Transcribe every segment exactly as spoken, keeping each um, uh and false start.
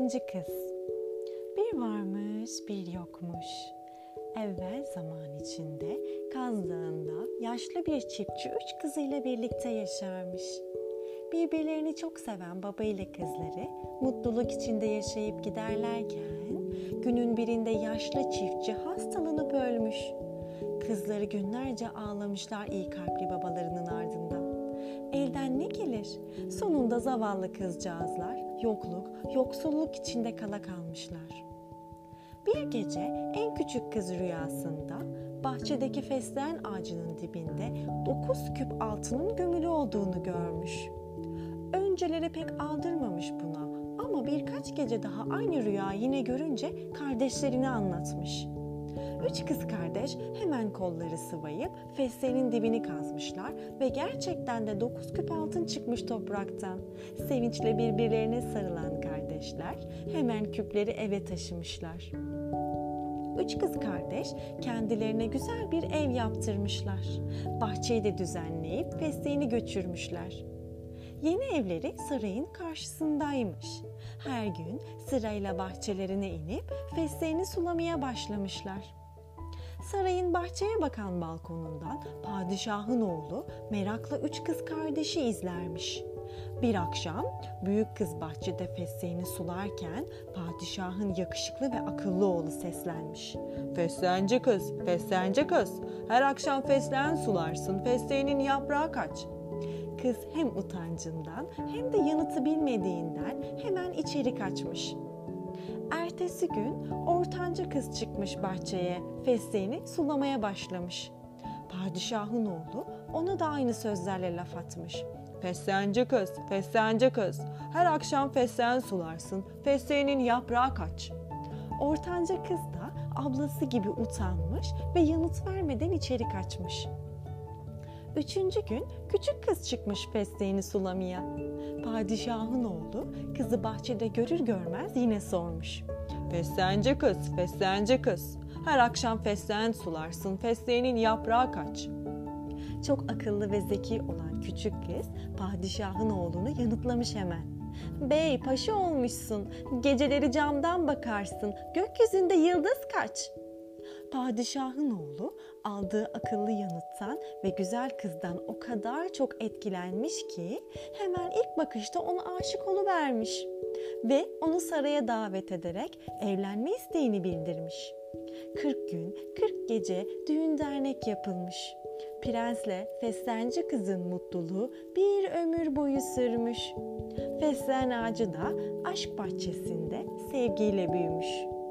Fesleğenci Kız. Bir varmış bir yokmuş. Evvel zaman içinde Kaz Dağı'nda yaşlı bir çiftçi üç kızıyla birlikte yaşarmış. Birbirlerini çok seven baba ile kızları mutluluk içinde yaşayıp giderlerken günün birinde yaşlı çiftçi hastalanıp ölmüş. Kızları günlerce ağlamışlar iyi kalpli babalarının ardından. Elden ne gelir? Sonunda zavallı kızcağızlar yokluk, yoksulluk içinde kala kalmışlar. Bir gece en küçük kız rüyasında bahçedeki fesleğen ağacının dibinde dokuz küp altının gömülü olduğunu görmüş. Önceleri pek aldırmamış buna ama birkaç gece daha aynı rüya yine görünce kardeşlerine anlatmış. Üç kız kardeş hemen kolları sıvayıp fesleğenin dibini kazmışlar ve gerçekten de dokuz küp altın çıkmış topraktan. Sevinçle birbirlerine sarılan kardeşler hemen küpleri eve taşımışlar. Üç kız kardeş kendilerine güzel bir ev yaptırmışlar. Bahçeyi de düzenleyip fesleğeni götürmüşler. Yeni evleri sarayın karşısındaymış. Her gün sırayla bahçelerine inip fesleğeni sulamaya başlamışlar. Sarayın bahçeye bakan balkonundan padişahın oğlu merakla üç kız kardeşi izlermiş. Bir akşam büyük kız bahçede fesleğeni sularken padişahın yakışıklı ve akıllı oğlu seslenmiş. Fesleğenci kız, fesleğenci kız. Her akşam fesleğen sularsın, fesleğenin yaprağı kaç? Kız hem utancından hem de yanıtı bilmediğinden hemen içeri kaçmış. Ertesi gün ortanca kız çıkmış bahçeye, fesleğeni sulamaya başlamış. Padişahın oğlu ona da aynı sözlerle laf atmış. Fesleğenci kız, fesleğenci kız. Her akşam fesleğen sularsın, fesleğenin yaprağı kaç? Ortanca kız da ablası gibi utanmış ve yanıt vermeden içeri kaçmış. Üçüncü gün küçük kız çıkmış fesleğeni sulamaya. Padişahın oğlu kızı bahçede görür görmez yine sormuş. Fesleğenci kız, fesleğenci kız. Her akşam fesleğen sularsın, fesleğenin yaprağı kaç? Çok akıllı ve zeki olan küçük kız padişahın oğlunu yanıtlamış hemen. Bey paşa olmuşsun, geceleri camdan bakarsın, gökyüzünde yıldız kaç? Padişahın oğlu aldığı akıllı yanıttan ve güzel kızdan o kadar çok etkilenmiş ki hemen ilk bakışta ona aşık oluvermiş ve onu saraya davet ederek evlenme isteğini bildirmiş. kırk gün, kırk gece düğün dernek yapılmış. Prensle fesleğenci kızın mutluluğu bir ömür boyu sürmüş. Fesleğen ağacı da aşk bahçesinde sevgiyle büyümüş.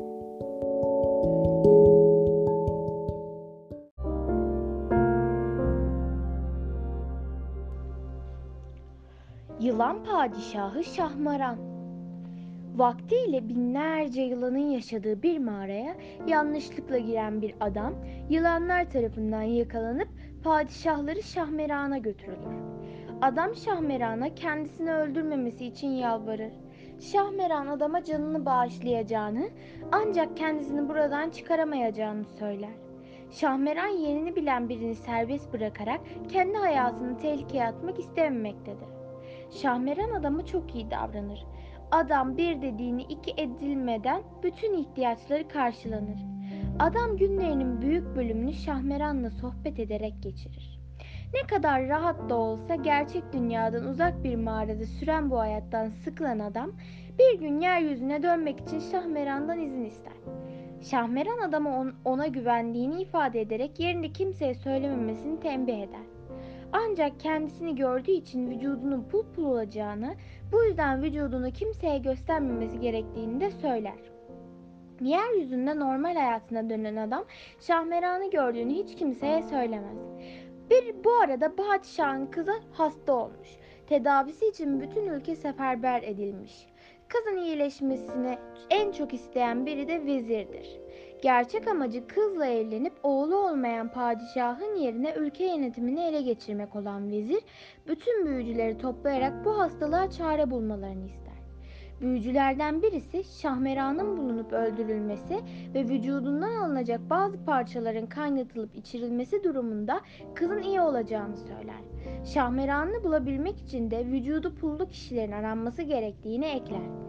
Yılan Padişahı Şahmaran. Vaktiyle binlerce yılanın yaşadığı bir mağaraya yanlışlıkla giren bir adam yılanlar tarafından yakalanıp padişahları Şahmeran'a götürülür. Adam Şahmeran'a kendisini öldürmemesi için yalvarır. Şahmeran adama canını bağışlayacağını ancak kendisini buradan çıkaramayacağını söyler. Şahmeran yerini bilen birini serbest bırakarak kendi hayatını tehlikeye atmak istememektedir. Şahmeran adama çok iyi davranır. Adam bir dediğini iki edilmeden bütün ihtiyaçları karşılanır. Adam günlerinin büyük bölümünü Şahmeran'la sohbet ederek geçirir. Ne kadar rahat da olsa gerçek dünyadan uzak bir mağarada süren bu hayattan sıkılan adam bir gün yeryüzüne dönmek için Şahmeran'dan izin ister. Şahmeran adama ona güvendiğini ifade ederek yerini kimseye söylememesini tembih eder. Ancak kendisini gördüğü için vücudunun pul pul olacağını, bu yüzden vücudunu kimseye göstermemesi gerektiğini de söyler. Yeryüzünde normal hayatına dönen adam Şahmeran'ı gördüğünü hiç kimseye söylemez. Bir bu arada padişahın kızı hasta olmuş. Tedavisi için bütün ülke seferber edilmiş. Kızın iyileşmesini en çok isteyen biri de vezirdir. Gerçek amacı kızla evlenip oğlu olmayan padişahın yerine ülke yönetimini ele geçirmek olan vezir, bütün büyücüleri toplayarak bu hastalığa çare bulmalarını ister. Büyücülerden birisi Şahmeran'ın bulunup öldürülmesi ve vücudundan alınacak bazı parçaların kaynatılıp içirilmesi durumunda kızın iyi olacağını söyler. Şahmeran'ı bulabilmek için de vücudu pullu kişilerin aranması gerektiğini ekler.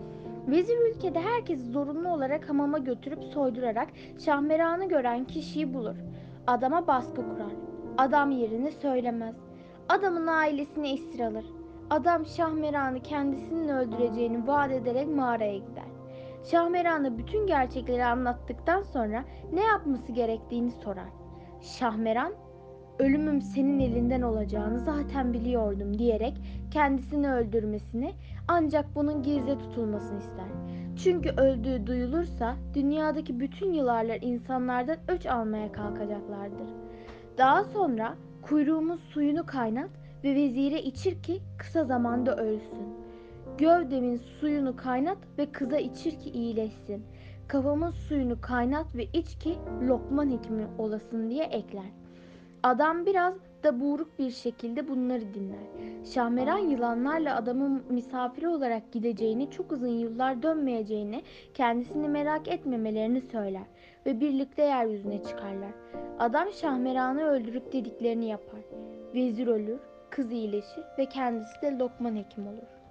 Vezir ülkede herkesi zorunlu olarak hamama götürüp soydurarak Şahmeran'ı gören kişiyi bulur. Adama baskı kurar. Adam yerini söylemez. Adamın ailesini esir alır. Adam Şahmeran'ı kendisinin öldüreceğini vaat ederek mağaraya gider. Şahmeran'a bütün gerçekleri anlattıktan sonra ne yapması gerektiğini sorar. Şahmeran, "Ölümüm senin elinden olacağını zaten biliyordum" diyerek kendisini öldürmesini, ancak bunun gizli tutulmasını ister. Çünkü öldüğü duyulursa dünyadaki bütün yılanlar insanlardan öç almaya kalkacaklardır. Daha sonra kuyruğumun suyunu kaynat ve vezire içir ki kısa zamanda ölsün. Gövdemin suyunu kaynat ve kıza içir ki iyileşsin. Kafamın suyunu kaynat ve iç ki Lokman hekimi olasın diye ekler. Adam biraz da buğruk bir şekilde bunları dinler. Şahmeran yılanlarla adamın misafiri olarak gideceğini, çok uzun yıllar dönmeyeceğini, kendisini merak etmemelerini söyler ve birlikte yeryüzüne çıkarlar. Adam Şahmeran'ı öldürüp dediklerini yapar. Vezir ölür, kız iyileşir ve kendisi de Lokman hekim olur.